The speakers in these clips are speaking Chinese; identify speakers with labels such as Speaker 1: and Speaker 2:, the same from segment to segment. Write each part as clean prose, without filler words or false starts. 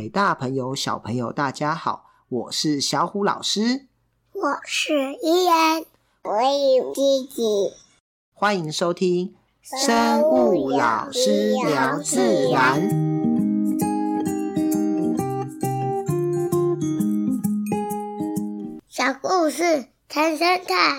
Speaker 1: 位大朋友小朋友大家好，我是小虎老师。
Speaker 2: 我是依然，我有弟弟。
Speaker 1: 欢迎收听生物老师聊自然。
Speaker 2: 小故事谈生态。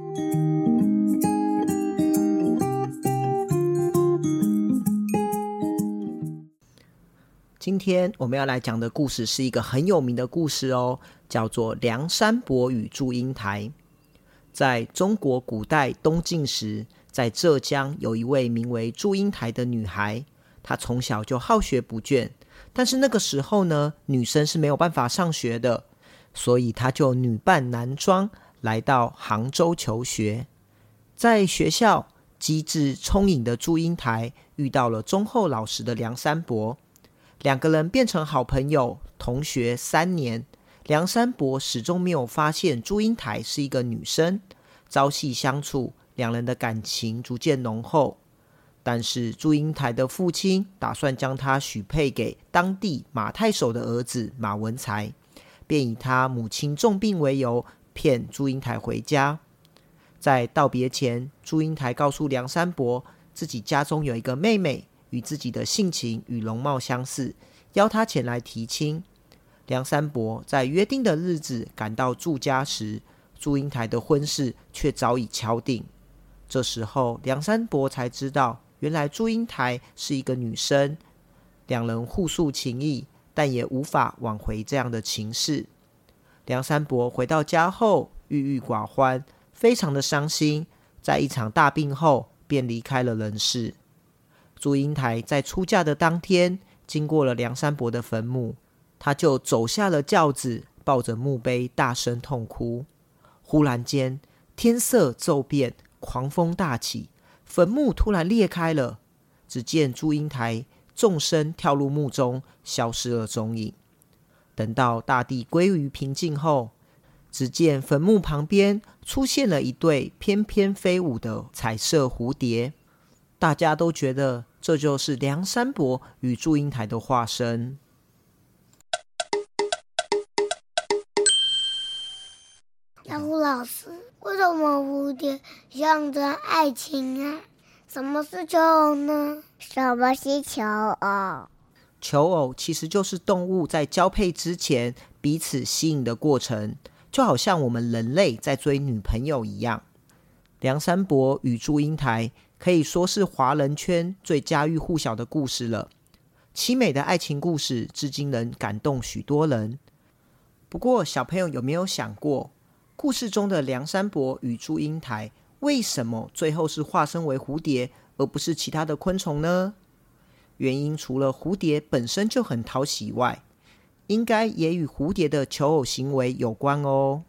Speaker 1: 今天我们要来讲的故事是一个很有名的故事哦，叫做梁山伯与祝英台。在中国古代东晋时，在浙江有一位名为祝英台的女孩，她从小就好学不倦，但是那个时候呢，女生是没有办法上学的，所以她就女扮男装来到杭州求学。在学校，机智聪颖的祝英台遇到了忠厚老实的梁山伯，两个人变成好朋友，同学3年。梁山伯始终没有发现祝英台是一个女生，朝夕相处，两人的感情逐渐浓厚。但是祝英台的父亲打算将她许配给当地马太守的儿子马文才，便以他母亲重病为由，骗祝英台回家。在道别前，祝英台告诉梁山伯，自己家中有一个妹妹，与自己的性情与容貌相似，邀他前来提亲。梁山伯在约定的日子赶到祝家时，祝英台的婚事却早已敲定。这时候梁山伯才知道，原来祝英台是一个女生。两人互诉情谊，但也无法挽回这样的情势。梁山伯回到家后郁郁寡欢，非常的伤心，在一场大病后便离开了人世。祝英台在出嫁的当天，经过了梁山伯的坟墓，她就走下了轿子，抱着墓碑大声痛哭。忽然间，天色骤变，狂风大起，坟墓突然裂开了，只见祝英台纵身跳入墓中，消失了踪影。等到大地归于平静后，只见坟墓旁边出现了一对翩翩飞舞的彩色蝴蝶，大家都觉得这就是梁山伯与祝英台的化身。
Speaker 2: 小虎老师，为什么蝴蝶象征爱情啊？什么是求偶呢？什么是求偶？
Speaker 1: 求偶其实就是动物在交配之前彼此吸引的过程，就好像我们人类在追女朋友一样。梁山伯与祝英台可以说是华人圈最家喻户晓的故事了，凄美的爱情故事至今仍感动许多人。不过小朋友有没有想过，故事中的梁山伯与祝英台为什么最后是化身为蝴蝶，而不是其他的昆虫呢？原因除了蝴蝶本身就很讨喜外，应该也与蝴蝶的求偶行为有关哦。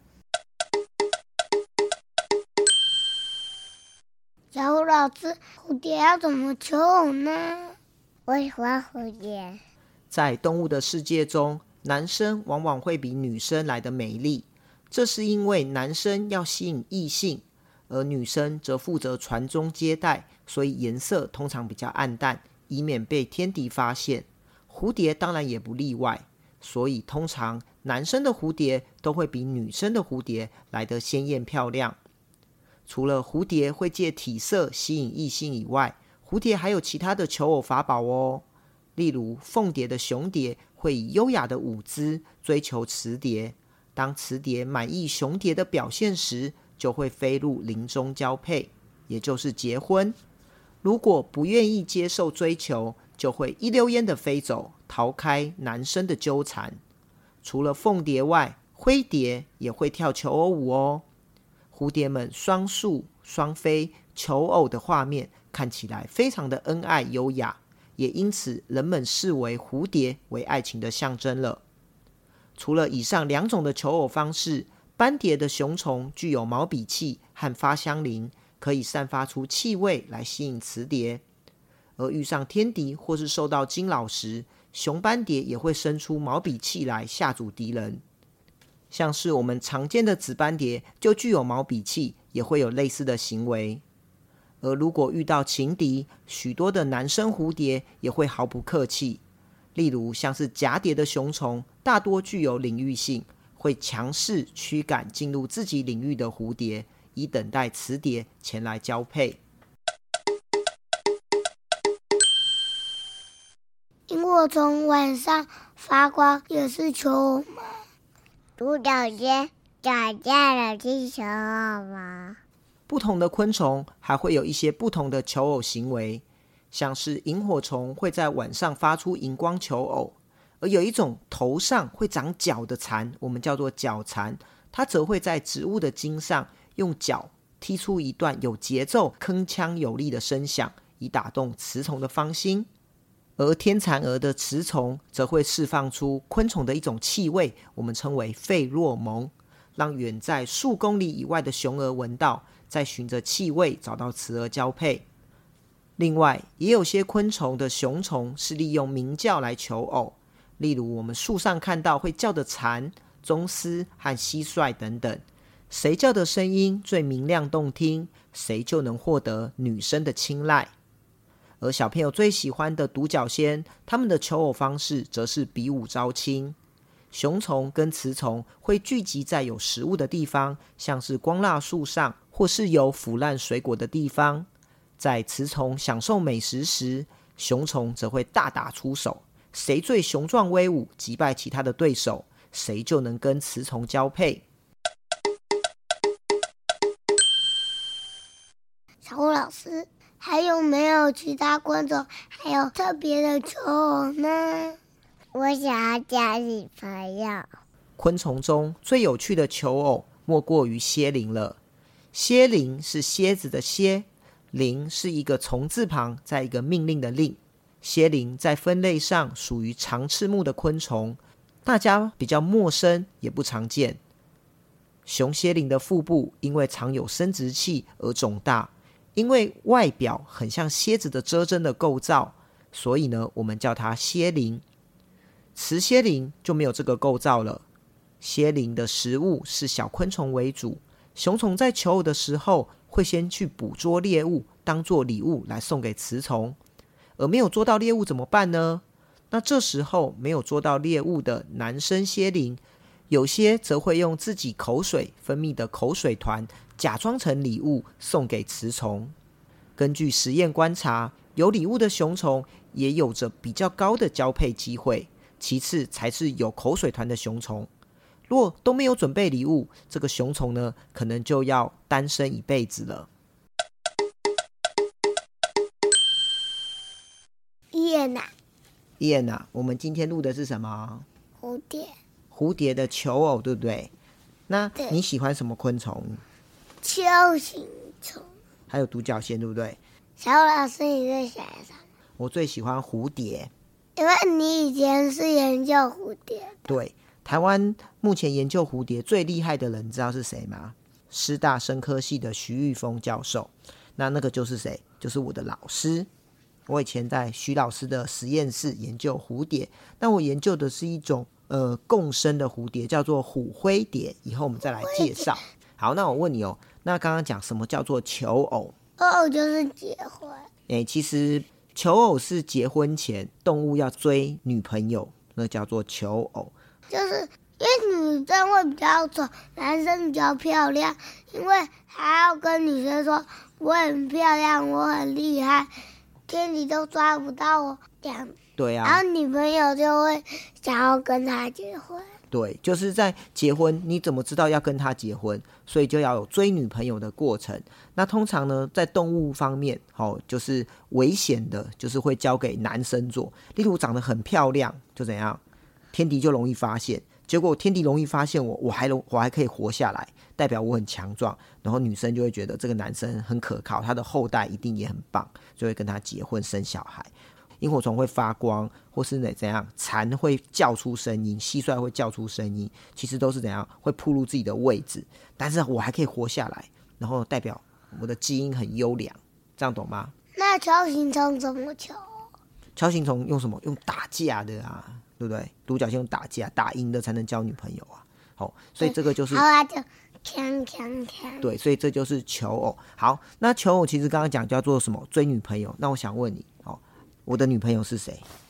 Speaker 2: 小虎老师，蝴蝶要怎么求偶呢？我喜欢蝴蝶。
Speaker 1: 在动物的世界中，男生往往会比女生来得美丽，这是因为男生要吸引异性，而女生则负责传宗接代，所以颜色通常比较暗淡，以免被天敌发现。蝴蝶当然也不例外，所以通常男生的蝴蝶都会比女生的蝴蝶来得鲜艳漂亮。除了蝴蝶会借体色吸引异性以外，蝴蝶还有其他的求偶法宝哦。例如凤蝶的雄蝶会以优雅的舞姿追求雌蝶，当雌蝶满意雄蝶的表现时，就会飞入林中交配，也就是结婚。如果不愿意接受追求，就会一溜烟的飞走，逃开男生的纠缠。除了凤蝶外，灰蝶也会跳求偶舞哦。蝴蝶们双宿双飞求偶的画面看起来非常的恩爱优雅，也因此人们视为蝴蝶为爱情的象征了。除了以上2种的求偶方式，斑蝶的雄虫具有毛笔器和发香铃，可以散发出气味来吸引雌蝶。而遇上天敌或是受到惊扰时，雄斑蝶也会伸出毛笔器来吓阻敌人。像是我们常见的紫斑蝶就具有毛笔器，也会有类似的行为。而如果遇到情敌，许多的男生蝴蝶也会毫不客气， 例如像是蛱蝶的雄虫，大多具有领域性，会强势驱赶进入自己领域的蝴蝶，以等待雌蝶前来交配。
Speaker 2: 萤火虫晚上发光也是求偶吗？
Speaker 3: 独角仙长大了是求偶吗？
Speaker 1: 不同的昆虫还会有一些不同的求偶行为，像是萤火虫会在晚上发出荧光求偶，而有一种头上会长角的蚕，我们叫做角蚕，它则会在植物的茎上用角踢出一段有节奏、铿锵有力的声响，以打动雌虫的芳心。而天蚕蛾的雌虫则会释放出昆虫的一种气味，我们称为费洛蒙，让远在数公里以外的雄蛾闻到，再循着气味找到雌蛾交配。另外，也有些昆虫的雄虫是利用鸣叫来求偶，例如我们树上看到会叫的蝉、螽斯和蟋蟀等等。谁叫的声音最明亮动听，谁就能获得女生的青睐。而小朋友最喜欢的独角仙，他们的求偶方式则是比武招亲。雄虫跟雌虫会聚集在有食物的地方，像是光蜡树上或是有腐烂水果的地方。在雌虫享受美食时，雄虫则会大打出手，谁最雄壮威武，击败其他的对手，谁就能跟雌虫交配。
Speaker 2: 小虎老师，还有没有其他昆虫还有特别的求偶呢？
Speaker 3: 我想要交女朋友。
Speaker 1: 昆虫中最有趣的求偶莫过于蝎灵了。蝎灵是蝎子的蝎，灵是一个虫字旁在一个命令的令。蝎灵在分类上属于长翅目的昆虫，大家比较陌生也不常见。雄蝎灵的腹部因为藏有生殖器而肿大，因为外表很像蝎子的蛰针的构造，所以呢，我们叫它蝎灵。雌蝎灵就没有这个构造了。蝎灵的食物是小昆虫为主，雄虫在求偶的时候会先去捕捉猎物，当作礼物来送给雌虫。而没有捉到猎物怎么办呢？那这时候没有捉到猎物的男生蝎灵，有些则会用自己口水分泌的口水团假装成礼物送给雌虫。根据实验观察，有礼物的雄虫也有着比较高的交配机会，其次才是有口水团的雄虫。如果都没有准备礼物，这个雄虫呢，可能就要单身一辈子了。伊娜，我们今天录的是什么？
Speaker 2: 蝴蝶。
Speaker 1: 蝴蝶的求偶，对不对？那你喜欢什么昆虫？
Speaker 2: 锹形虫。
Speaker 1: 还有独角仙，对不对？
Speaker 2: 小虎老师，你最喜欢什么？
Speaker 1: 我最喜欢蝴蝶，
Speaker 2: 因为你以前是研究蝴蝶的。
Speaker 1: 对，台湾目前研究蝴蝶最厉害的人，知道是谁吗？师大生科系的徐玉峰教授。那个就是谁？就是我的老师。我以前在徐老师的实验室研究蝴蝶，但我研究的是一种共生的蝴蝶，叫做虎灰蝶，以后我们再来介绍。好，那我问你哦，那刚刚讲什么叫做求偶？
Speaker 2: 偶就是结婚。
Speaker 1: 其实求偶是结婚前动物要追女朋友，那叫做求偶。
Speaker 2: 就是因为女生会比较丑，男生比较漂亮，因为还要跟女生说我很漂亮，我很厉害，天敌都抓不到我这样。
Speaker 1: 对啊，
Speaker 2: 然后女朋友就会想要跟他结婚。
Speaker 1: 对，就是在结婚，你怎么知道要跟他结婚？所以就要有追女朋友的过程。那通常呢，在动物方面，就是危险的，就是会交给男生做。例如长得很漂亮，就怎样，天敌就容易发现。结果天敌容易发现我还可以活下来，代表我很强壮。然后女生就会觉得这个男生很可靠，他的后代一定也很棒，就会跟他结婚生小孩。萤火虫会发光，或是怎样，蝉会叫出声音，蟋蟀会叫出声音，其实都是怎样，会暴露自己的位置，但是我还可以活下来，然后代表我的基因很优良，这样懂吗？
Speaker 2: 那锹形虫怎么求？
Speaker 1: 锹形虫用什么？用打架的啊，对不对？独角仙用打架，打赢的才能交女朋友啊。好，所以这个就是，
Speaker 2: 好啊，就锵锵锵。
Speaker 1: 对，所以这就是求偶。好，那求偶其实刚刚讲叫做什么？追女朋友。那我想问你，我的女朋友是谁？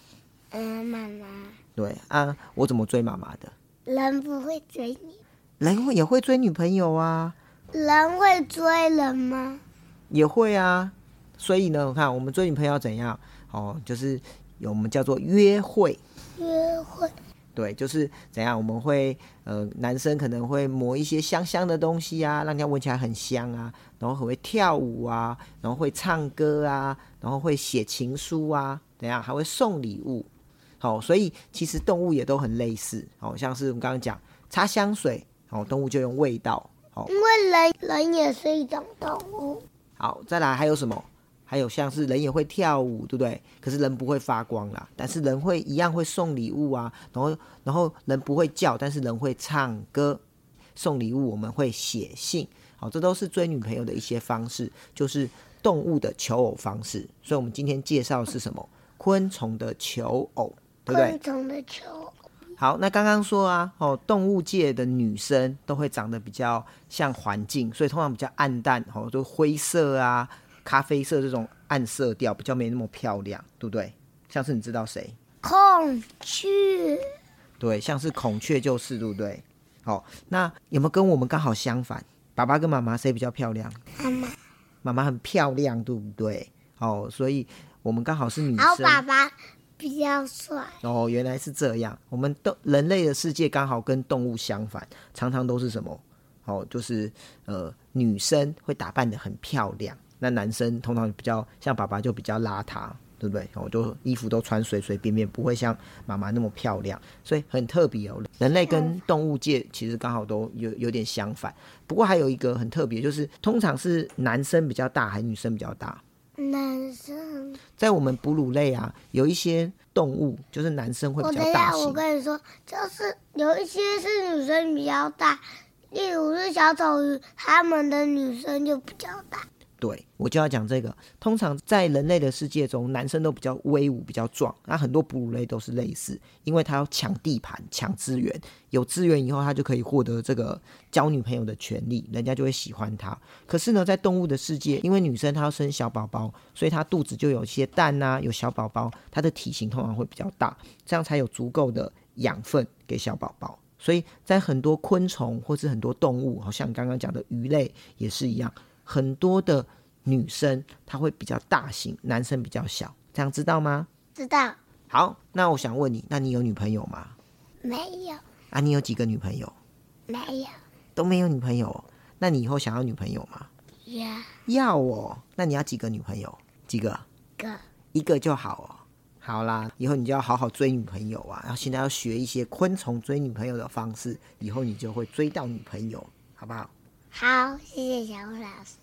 Speaker 2: 妈妈。
Speaker 1: 对啊，我怎么追妈妈的？
Speaker 2: 人不会追你。
Speaker 1: 人也会追女朋友啊。
Speaker 2: 人会追人吗？
Speaker 1: 也会啊。所以呢，我看我们追女朋友要怎样？就是我们叫做约会。
Speaker 2: 约会。
Speaker 1: 对，就是怎样？我们会男生可能会抹一些香香的东西啊，让人家闻起来很香啊，然后很会跳舞啊，然后会唱歌啊，然后会写情书啊，怎样？还会送礼物。所以其实动物也都很类似。像是我们刚刚讲擦香水，动物就用味道。
Speaker 2: 因为人也是一种动物。
Speaker 1: 好，再来还有什么？还有像是人也会跳舞，对不对？可是人不会发光啦，但是人会一样会送礼物啊。然后人不会叫，但是人会唱歌。送礼物我们会写信。好，这都是追女朋友的一些方式，就是动物的求偶方式。所以我们今天介绍的是什么？昆虫的求偶，对不对？
Speaker 2: 昆虫的求偶。
Speaker 1: 好，那刚刚说啊，动物界的女生都会长得比较像环境，所以通常比较暗淡，就灰色啊、咖啡色这种暗色调，比较没那么漂亮，对不对？像是你知道谁？
Speaker 2: 孔雀。
Speaker 1: 对，像是孔雀就是，对不对？好，那有没有跟我们刚好相反？爸爸跟妈妈谁比较漂亮？
Speaker 2: 妈妈。
Speaker 1: 妈妈很漂亮，对不对？所以我们刚好是女生。
Speaker 2: 然后爸爸比较帅。
Speaker 1: 原来是这样。我们人类的世界刚好跟动物相反，常常都是什么？就是女生会打扮得很漂亮，那男生通常比较像爸爸就比较邋遢，对不对？就衣服都穿随随便便，不会像妈妈那么漂亮，所以很特别哦。人类跟动物界其实刚好都有点相反。不过还有一个很特别，就是通常是男生比较大还是女生比较大？
Speaker 2: 男生。
Speaker 1: 在我们哺乳类啊，有一些动物就是男生会比较大型。
Speaker 2: 我跟你说，就是有一些是女生比较大，例如是小丑鱼，他们的女生就比较大。
Speaker 1: 对，我就要讲这个。通常在人类的世界中，男生都比较威武、比较壮。那很多哺乳类都是类似，因为他要抢地盘、抢资源。有资源以后，他就可以获得这个交女朋友的权利，人家就会喜欢他。可是呢，在动物的世界，因为女生她要生小宝宝，所以她肚子就有一些蛋啊，有小宝宝，她的体型通常会比较大，这样才有足够的养分给小宝宝。所以在很多昆虫或是很多动物，好像刚刚讲的鱼类也是一样。很多的女生她会比较大型，男生比较小，这样知道吗？
Speaker 2: 知道。
Speaker 1: 好，那我想问你，那你有女朋友吗？
Speaker 2: 没有。
Speaker 1: 啊，你有几个女朋友？
Speaker 2: 没有。
Speaker 1: 都没有女朋友？那你以后想要女朋友吗？要哦。那你要几个女朋友？几个？一个就好哦。好啦，以后你就要好好追女朋友啊，然后现在要学一些昆虫追女朋友的方式，以后你就会追到女朋友，好不好？
Speaker 2: 好，谢谢小虎老师。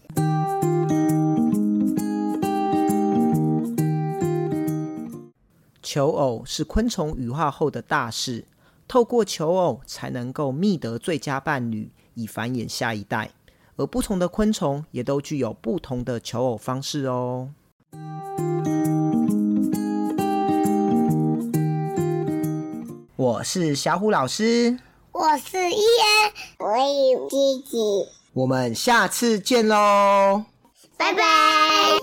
Speaker 1: 求偶是昆虫羽化后的大事，透过求偶才能够觅得最佳伴侣，以繁衍下一代。而不同的昆虫也都具有不同的求偶方式哦。我是小虎老师，
Speaker 2: 我是伊恩，
Speaker 3: 我有弟弟。
Speaker 1: 我们下次见喽，
Speaker 2: 拜拜。